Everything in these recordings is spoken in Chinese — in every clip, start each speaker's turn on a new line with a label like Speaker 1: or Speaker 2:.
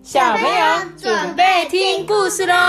Speaker 1: 小朋友准备听故事咯。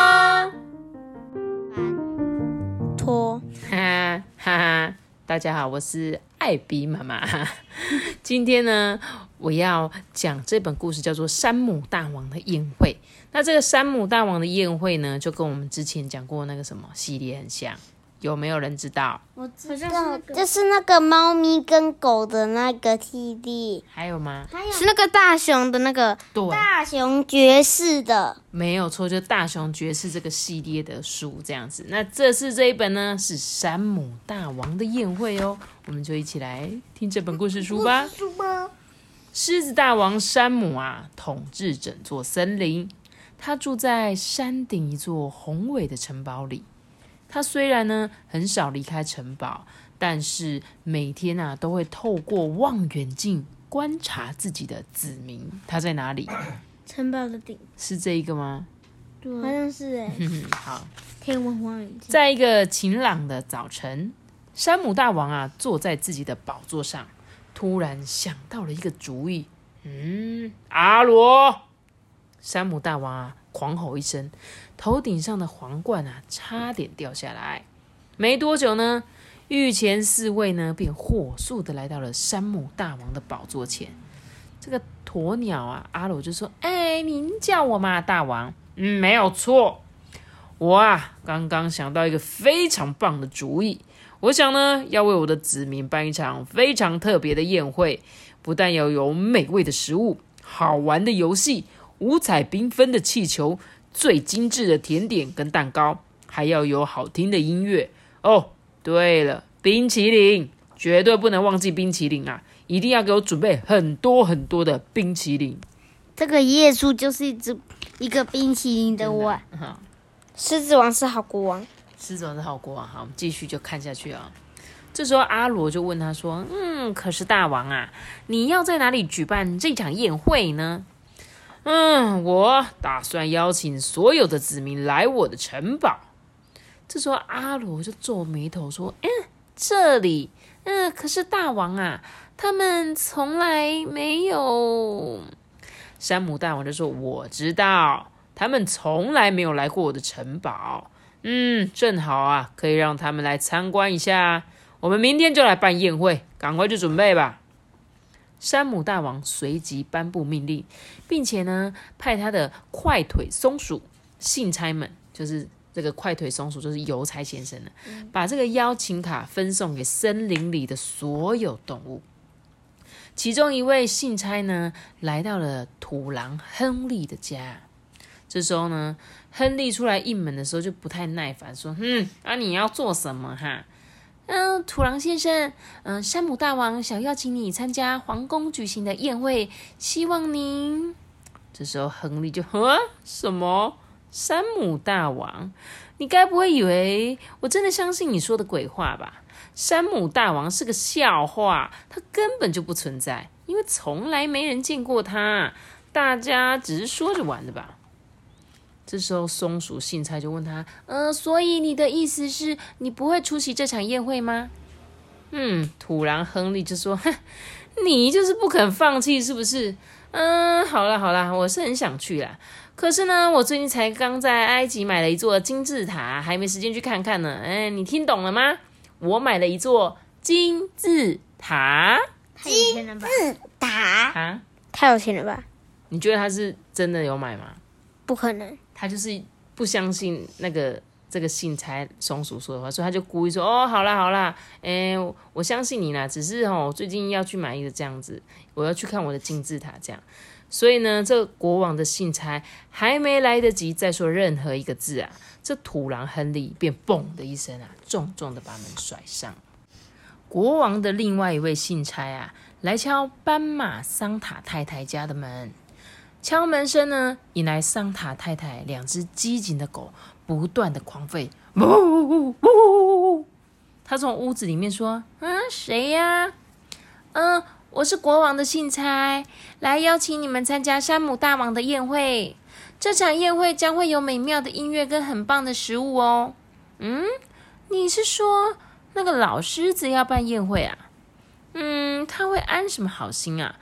Speaker 2: 拖，
Speaker 1: 哈哈，大家好，我是艾比妈妈。今天呢，我要讲这本故事叫做《山姆大王的宴会》。那这个山姆大王的宴会呢，就跟我们之前讲过那个什么系列很像，有没有人知道？
Speaker 2: 我知道，就是那个猫咪跟狗的那个系列。
Speaker 1: 还有吗？
Speaker 2: 是那个大熊的那个，
Speaker 1: 对，
Speaker 2: 大熊爵士的，
Speaker 1: 没有错，就大熊爵士这个系列的书这样子。那这次这一本呢，是山姆大王的宴会哦，我们就一起来听这本故事书吧。狮子大王山姆啊，统治整座森林。他住在山顶一座宏伟的城堡里。他虽然呢很少离开城堡，但是每天啊都会透过望远镜观察自己的子民。他在哪里？
Speaker 2: 城堡的顶，
Speaker 1: 是这一个吗？
Speaker 2: 对，好像是
Speaker 1: 好，
Speaker 2: 可以问望远镜。
Speaker 1: 在一个晴朗的早晨，山姆大王啊坐在自己的宝座上，突然想到了一个主意。阿罗！山姆大王啊狂吼一声，头顶上的皇冠啊差点掉下来。没多久呢，御前侍卫呢便火速的来到了山姆大王的宝座前。这个鸵鸟啊，阿罗就说：“您叫我嘛，大王。没有错，我啊刚刚想到一个非常棒的主意。我想呢，要为我的子民办一场非常特别的宴会，不但要有美味的食物、好玩的游戏、五彩缤纷的气球、最精致的甜点跟蛋糕，还要有好听的音乐。哦，对了，冰淇淋，绝对不能忘记冰淇淋啊！一定要给我准备很多很多的冰淇淋。”
Speaker 2: 这个耶稣就是一个冰淇淋的碗。狮子王是好国王，
Speaker 1: 狮子王是好国王。好，我们继续就看下去啊。这时候阿罗就问他说：“可是大王啊，你要在哪里举办这场宴会呢？”我打算邀请所有的子民来我的城堡。这时候阿罗就皱眉头说：“这里，可是大王啊，他们从来没有。”山姆大王就说：“我知道，他们从来没有来过我的城堡。正好啊，可以让他们来参观一下。我们明天就来办宴会，赶快去准备吧。”山姆大王随即颁布命令，并且呢，派他的快腿松鼠信差们，就是这个快腿松鼠，就是邮差先生呢，把这个邀请卡分送给森林里的所有动物。其中一位信差呢，来到了土狼亨利的家。这时候呢，亨利出来应门的时候就不太耐烦，说：“你要做什么哈？”土狼先生，山姆大王想邀请你参加皇宫举行的宴会，希望您……这时候亨利就什么？山姆大王，你该不会以为我真的相信你说的鬼话吧？山姆大王是个笑话，他根本就不存在，因为从来没人见过他，大家只是说着玩的吧。这时候松鼠信差就问他：所以你的意思是你不会出席这场宴会吗？土狼亨利就说：你就是不肯放弃是不是？好啦，我是很想去啦，可是呢，我最近才刚在埃及买了一座金字塔，还没时间去看看呢。你听懂了吗？我买了一座金字塔。
Speaker 2: 金字塔
Speaker 1: 啊，
Speaker 2: 太有钱了吧？
Speaker 1: 你觉得他是真的有买吗？
Speaker 2: 不可能，
Speaker 1: 他就是不相信这个信差松鼠说的话，所以他就故意说：好啦，我相信你啦，只是最近要去买一个这样子，我要去看我的金字塔这样。所以呢，这个国王的信差还没来得及再说任何一个字啊，这土狼亨利便嘣的一声啊，重重的把门甩上。国王的另外一位信差啊，来敲斑马桑塔太太家的门。敲门声呢，引来桑塔太太两只机警的狗不断的狂吠，呜呜呜呜。他从屋子里面说：谁呀？我是国王的信差，来邀请你们参加山姆大王的宴会。这场宴会将会有美妙的音乐跟很棒的食物哦。你是说那个老狮子要办宴会啊？他会安什么好心啊？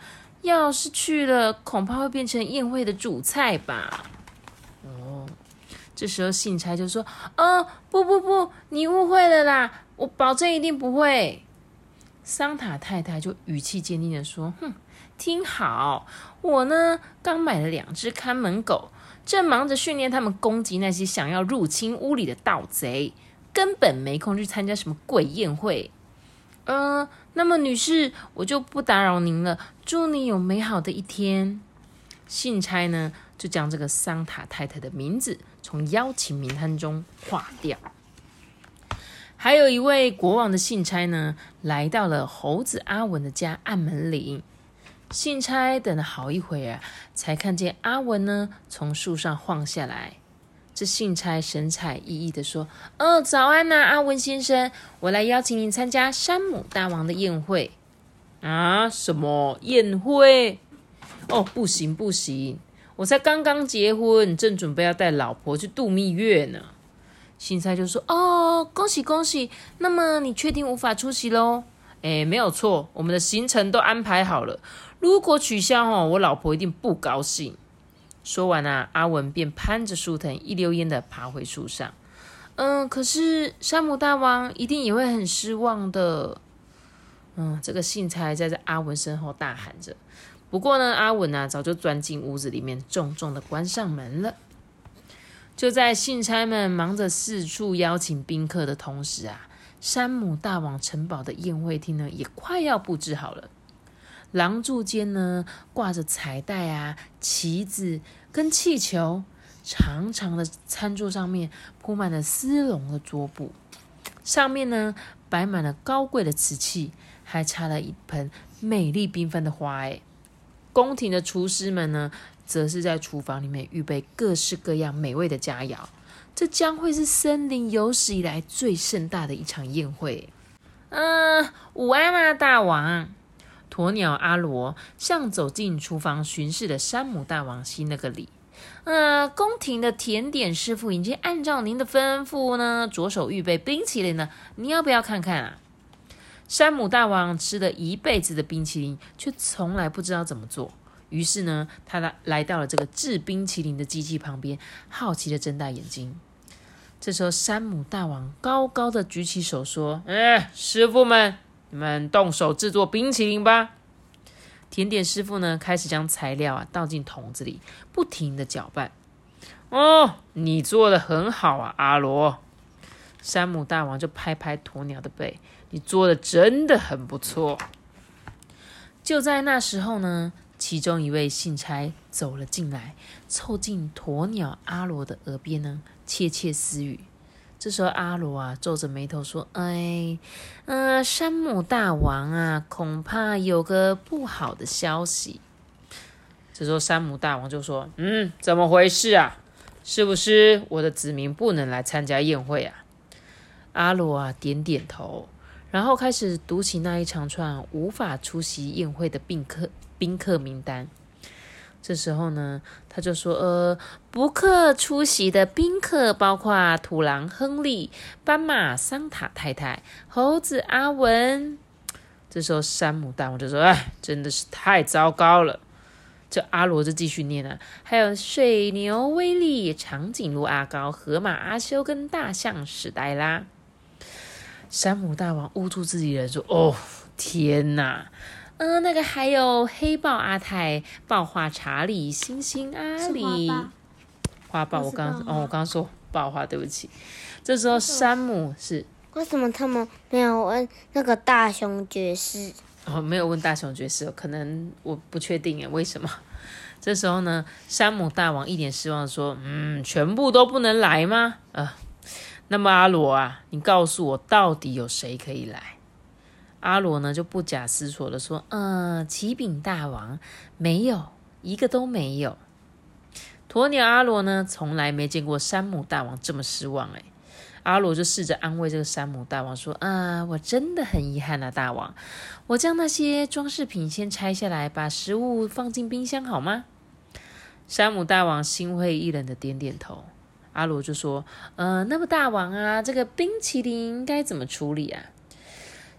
Speaker 1: 要是去了，恐怕会变成宴会的主菜吧。”这时候信差就说：“不，你误会了啦，我保证一定不会。”桑塔太太就语气坚定的说：“听好，我呢刚买了2只看门狗，正忙着训练他们攻击那些想要入侵屋里的盗贼，根本没空去参加什么鬼宴会。那么女士，我就不打扰您了，祝你有美好的一天。”信差呢就将这个桑塔太太的名字从邀请名单中划掉。还有一位国王的信差呢，来到了猴子阿文的家按门铃。信差等了好一会儿才看见阿文呢从树上晃下来。这信差神采奕奕地说：“早安啊，阿文先生，我来邀请您参加山姆大王的宴会。”啊，什么宴会？不行，我才刚刚结婚，正准备要带老婆去度蜜月呢。信差就说：“恭喜，那么你确定无法出席咯？”没有错，我们的行程都安排好了，如果取消我老婆一定不高兴。说完阿文便攀着树藤一溜烟的爬回树上。可是山姆大王一定也会很失望的。这个信差在阿文身后大喊着。不过呢，阿文早就钻进屋子里面，重重的关上门了。就在信差们忙着四处邀请宾客的同时山姆大王城堡的宴会厅呢也快要布置好了。廊柱间呢挂着彩带旗子跟气球，长长的餐桌上面铺满了丝绒的桌布，上面呢摆满了高贵的瓷器，还插了一盆美丽缤纷的花。宫廷的厨师们呢则是在厨房里面预备各式各样美味的佳肴，这将会是森林有史以来最盛大的一场宴会。午安大王。鸵鸟阿罗向走进厨房巡视的山姆大王行了个礼。宫廷的甜点师傅已经按照您的吩咐呢，着手预备冰淇淋了，你要不要看看山姆大王吃了一辈子的冰淇淋，却从来不知道怎么做。于是呢，他来到了这个制冰淇淋的机器旁边，好奇的睁大眼睛。这时候，山姆大王高高的举起手说：“师傅们，你们动手制作冰淇淋吧。”甜点师傅呢，开始将材料倒进桶子里，不停的搅拌。你做的很好阿罗。山姆大王就拍拍鸵鸟的背，你做的真的很不错。就在那时候呢，其中一位信差走了进来，凑近鸵鸟阿罗的耳边呢，窃窃私语。这时候阿罗皱着眉头说：“山姆大王恐怕有个不好的消息。”这时候山姆大王就说：“怎么回事是不是我的子民不能来参加宴会阿罗点点头，然后开始读起那一长串无法出席宴会的宾客名单。这时候呢，他就说：“不可出席的宾客包括土狼亨利、斑马桑塔太太、猴子阿文。”这时候山姆大王就说：“真的是太糟糕了。”这阿罗就继续念还有水牛威利、长颈鹿阿高、河马阿修跟大象史黛拉。山姆大王捂住自己人说：“天哪！那个还有黑豹阿泰、豹花查理、猩猩阿里、花豹。我刚说豹花，对不起。这时候山姆是
Speaker 2: 为什么他们没有问那个大熊爵士？
Speaker 1: 没有问大熊爵士，可能我不确定为什么。这时候呢，山姆大王一脸失望说：“全部都不能来吗？那么阿罗你告诉我到底有谁可以来？”阿罗呢就不假思索的说：“启禀大王，没有，一个都没有。”鸵鸟阿罗呢从来没见过山姆大王这么失望阿罗就试着安慰这个山姆大王说：“我真的很遗憾大王，我将那些装饰品先拆下来，把食物放进冰箱好吗？”山姆大王心灰意冷的点点头。阿罗就说：“那么大王这个冰淇淋该怎么处理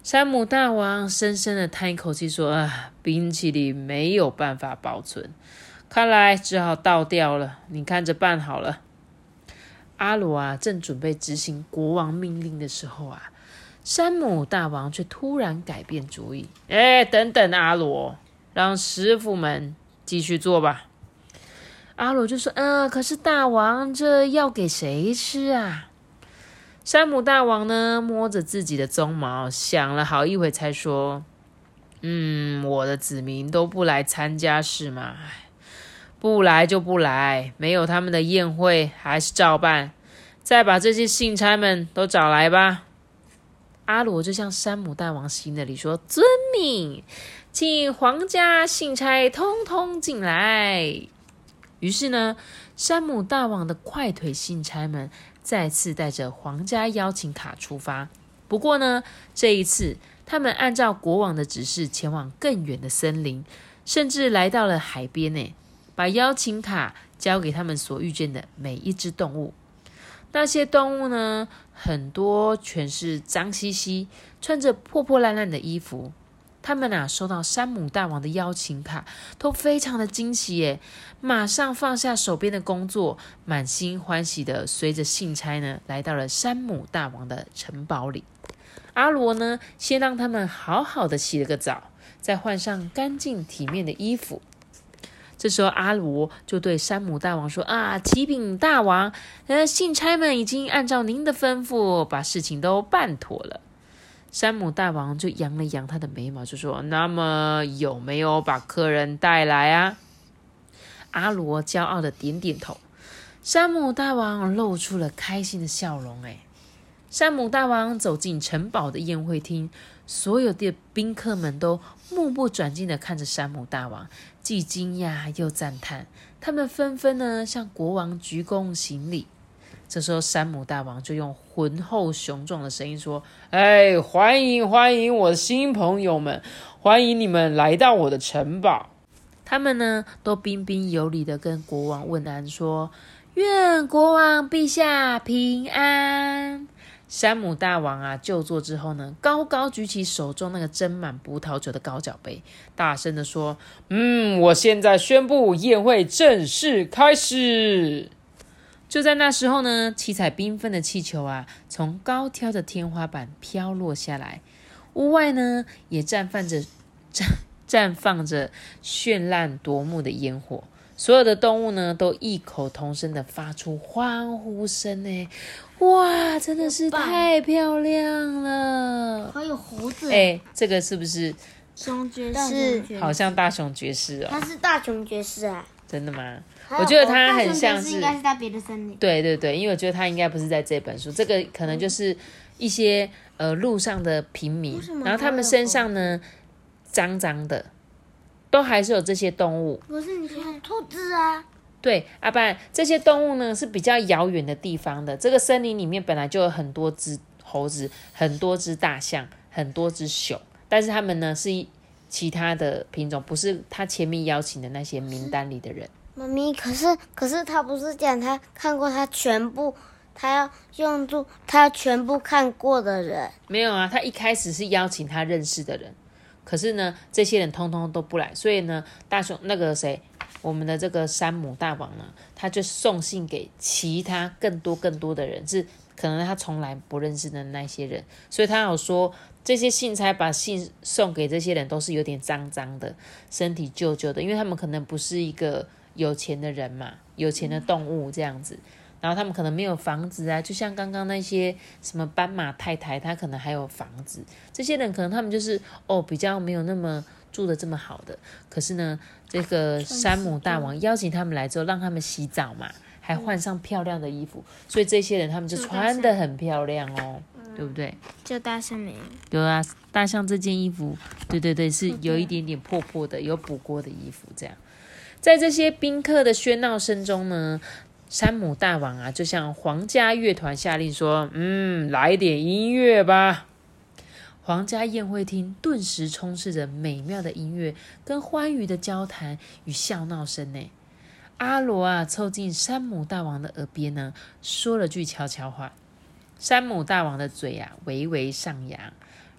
Speaker 1: 山姆大王深深的叹一口气说：“啊，冰淇淋没有办法保存，看来只好倒掉了，你看着办好了。”阿罗啊，正准备执行国王命令的时候啊，山姆大王却突然改变主意。等等，阿罗，让师傅们继续做吧。阿罗就说：“可是大王，这要给谁吃啊？”山姆大王呢，摸着自己的鬃毛，想了好一会，才说：“我的子民都不来参加是吗？不来就不来，没有他们的宴会还是照办。再把这些信差们都找来吧。”阿罗就向山姆大王行了礼，说：“遵命，请皇家信差通通进来。”于是呢，山姆大王的快腿信差们再次带着皇家邀请卡出发。不过呢，这一次他们按照国王的指示前往更远的森林，甚至来到了海边呢，把邀请卡交给他们所遇见的每一只动物。那些动物呢，很多全是脏兮兮，穿着破破烂烂的衣服。他们收到山姆大王的邀请卡，都非常的惊喜耶，马上放下手边的工作，满心欢喜的随着信差呢，来到了山姆大王的城堡里。阿罗呢，先让他们好好的洗了个澡，再换上干净体面的衣服。这时候阿罗就对山姆大王说：“启禀大王，信差们已经按照您的吩咐，把事情都办妥了。”山姆大王就扬了扬他的眉毛，就说：“那么有没有把客人带来啊？”阿罗骄傲的点点头。山姆大王露出了开心的笑容。山姆大王走进城堡的宴会厅，所有的宾客们都目不转睛的看着山姆大王，既惊讶又赞叹。他们纷纷呢向国王鞠躬行礼。这时候山姆大王就用浑厚雄壮的声音说：“欢迎欢迎我的新朋友们，欢迎你们来到我的城堡。”他们呢都彬彬有礼的跟国王问安说：“愿国王陛下平安。”山姆大王就座之后呢，高高举起手中那个斟满葡萄酒的高脚杯，大声的说：“我现在宣布宴会正式开始。”就在那时候呢，七彩缤纷的气球从高挑的天花板飘落下来，屋外呢也绽放着绚烂夺目的烟火。所有的动物呢都异口同声的发出欢呼声呢。哇，真的是太漂亮了！
Speaker 2: 还有胡子。
Speaker 1: 这个是不是
Speaker 2: 熊爵士？
Speaker 1: 好像大熊爵士哦。
Speaker 2: 它是大熊爵士啊。
Speaker 1: 真的吗？我觉得它很像是，
Speaker 2: 应该是在别的森林。
Speaker 1: 对对对，因为我觉得它应该不是在这本书，这个可能就是一些路上的平民，然后他们身上呢脏脏的，都还是有这些动物。
Speaker 2: 可是你看兔子啊。
Speaker 1: 对，不然这些动物呢是比较遥远的地方的。这个森林里面本来就有很多只猴子，很多只大象，很多只熊，但是他们呢是其他的品种，不是他前面邀请的那些名单里的人。
Speaker 2: 妈咪，可是他不是讲他看过他全部，他要用住他全部看过的人。
Speaker 1: 没有啊，他一开始是邀请他认识的人，可是呢这些人通通都不来，所以呢大雄那个谁，我们的这个山姆大王呢，他就送信给其他更多的人，是可能他从来不认识的那些人，所以他有说这些信差把信送给这些人都是有点脏脏的，身体旧旧的，因为他们可能不是一个有钱的人嘛，有钱的动物这样子，然后他们可能没有房子啊，就像刚刚那些什么斑马太太，他可能还有房子，这些人可能他们就是比较没有那么住的这么好的，可是呢这个山姆大王邀请他们来之后，让他们洗澡嘛，还换上漂亮的衣服，所以这些人他们就穿得很漂亮哦，对不对？
Speaker 2: 就大象没有。
Speaker 1: 有啊，大象这件衣服，对，是有一点点破破的，有补过的衣服这样。在这些宾客的喧闹声中呢，山姆大王就向皇家乐团下令说：“来点音乐吧。”皇家宴会厅顿时充斥着美妙的音乐跟欢愉的交谈与笑闹声呢。阿罗凑近山姆大王的耳边呢，说了句悄悄话。山姆大王的嘴微微上扬，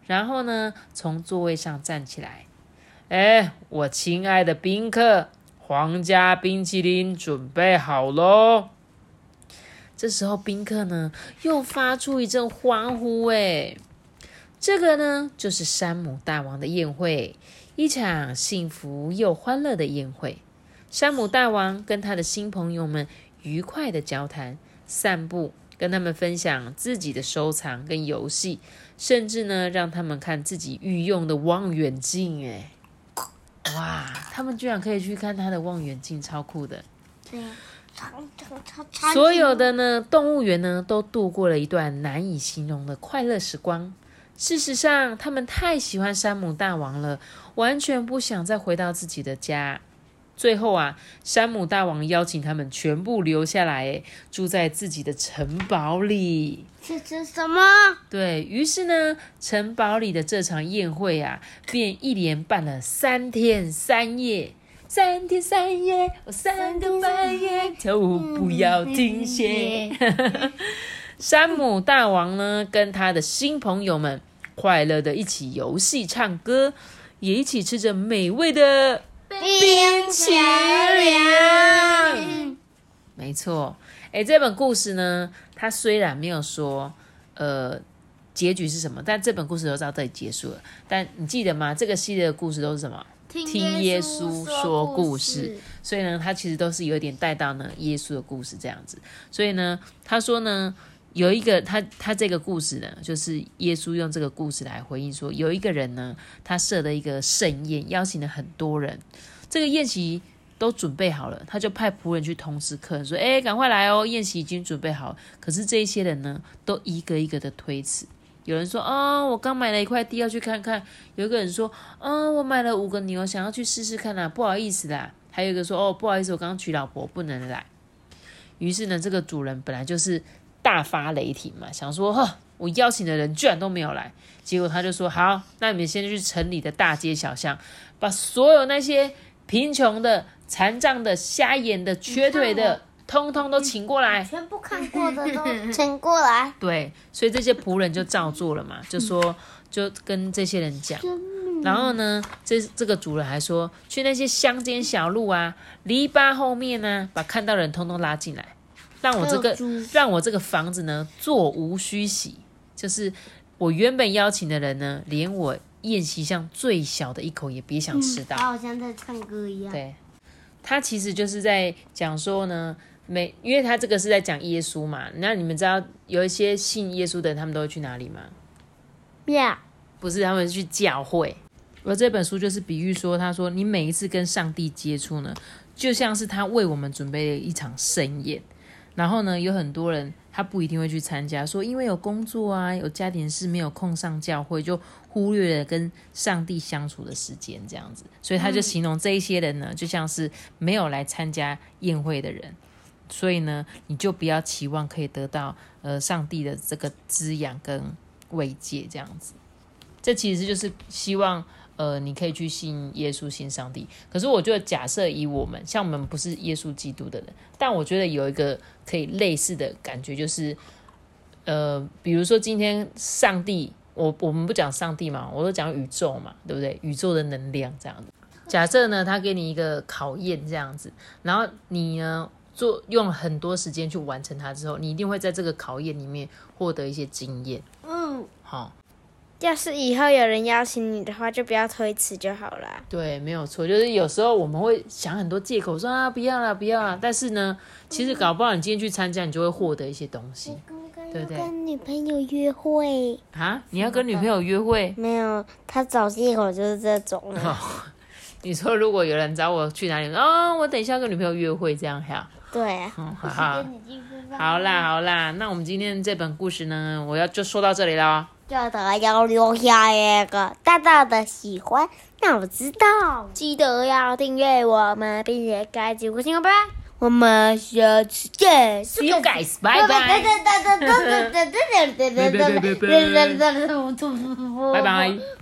Speaker 1: 然后呢，从座位上站起来。我亲爱的宾客，皇家冰淇淋准备好咯。这时候宾客呢，又发出一阵欢呼。这个呢，就是山姆大王的宴会，一场幸福又欢乐的宴会。山姆大王跟他的新朋友们愉快的交谈、散步，跟他们分享自己的收藏跟游戏，甚至呢，让他们看自己御用的望远镜。哇，他们居然可以去看他的望远镜，超酷的。
Speaker 2: 对，
Speaker 1: 所有的呢动物园呢都度过了一段难以形容的快乐时光。事实上，他们太喜欢山姆大王了，完全不想再回到自己的家。最后啊，山姆大王邀请他们全部留下来，住在自己的城堡里。
Speaker 2: 这是什么？
Speaker 1: 对，于是呢，城堡里的这场宴会啊，便一连办了3天3夜。3天3夜，我3个半夜，跳舞不要停歇。山姆大王呢，跟他的新朋友们快乐的一起游戏、唱歌，也一起吃着美味的冰淇淋。没错，这本故事呢，它虽然没有说结局是什么，但这本故事都到这里结束了。但你记得吗？这个系列的故事都是什么？听耶稣说故事。所以呢，它其实都是有点带到呢耶稣的故事这样子。所以呢，他说呢，有一个他这个故事呢，就是耶稣用这个故事来回应说，有一个人呢，他设了一个盛宴，邀请了很多人，这个宴席都准备好了，他就派仆人去通知客人说，赶快来哦，宴席已经准备好了。可是这一些人呢，都一个一个的推辞。有人说，我刚买了一块地要去看看。有一个人说，我买了5个牛想要去试试看不好意思啦。还有一个说，不好意思，我刚娶老婆不能来。于是呢，这个主人本来就是大发雷霆嘛，想说，我邀请的人居然都没有来。结果他就说，好，那你们先去城里的大街小巷，把所有那些贫穷的、残障的、瞎眼的、瘸腿的，通通都请过来，
Speaker 2: 全部看过的都请过来。
Speaker 1: 对，所以这些仆人就照做了嘛，就跟这些人讲。然后呢，这个主人还说，去那些乡间小路啊、篱笆后面呢，把看到的人通通拉进来，让我这个房子呢座无虚席，就是我原本邀请的人呢，连我宴席上最小的一口也别想吃到。
Speaker 2: 他好像在唱歌一样。
Speaker 1: 对，他其实就是在讲说呢，因为他这个是在讲耶稣嘛。那你们知道有一些信耶稣的人，他们都会去哪里吗？不是，他们去教会。而这本书就是比喻说，他说你每一次跟上帝接触呢，就像是他为我们准备了一场盛宴。然后呢，有很多人他不一定会去参加，说因为有工作啊，有家庭事，没有空上教会，就忽略了跟上帝相处的时间这样子。所以他就形容这一些人呢，就像是没有来参加宴会的人。所以呢，你就不要期望可以得到上帝的这个滋养跟慰藉这样子。这其实就是希望你可以去信耶稣、信上帝。可是我觉得，假设以我们，像我们不是耶稣基督的人，但我觉得有一个可以类似的感觉，就是比如说今天上帝，我们不讲上帝嘛，我都讲宇宙嘛，对不对？宇宙的能量这样子。假设呢，他给你一个考验这样子，然后你呢用很多时间去完成它之后，你一定会在这个考验里面获得一些经验。好。
Speaker 2: 要是以后有人邀请你的话，就不要推辞就好了。
Speaker 1: 对，没有错，就是有时候我们会想很多借口说不要啦不要啦，但是呢，其实搞不好你今天去参加，你就会获得一些东西，对不对？
Speaker 2: 跟女朋友约会
Speaker 1: 啊？你要跟女朋友约会？
Speaker 2: 没有，他找借口就是这种
Speaker 1: 你说如果有人找我去哪里，我等一下跟女朋友约会这样哈？
Speaker 2: 对啊。
Speaker 1: 好啦，那我们今天这本故事呢，就说到这里了。
Speaker 2: 记得要留下一个大大的喜欢，让我知道。记得要订阅我们，并且开启5颗星哦，拜拜。我们下次见
Speaker 1: ，See you guys， 拜拜。拜拜。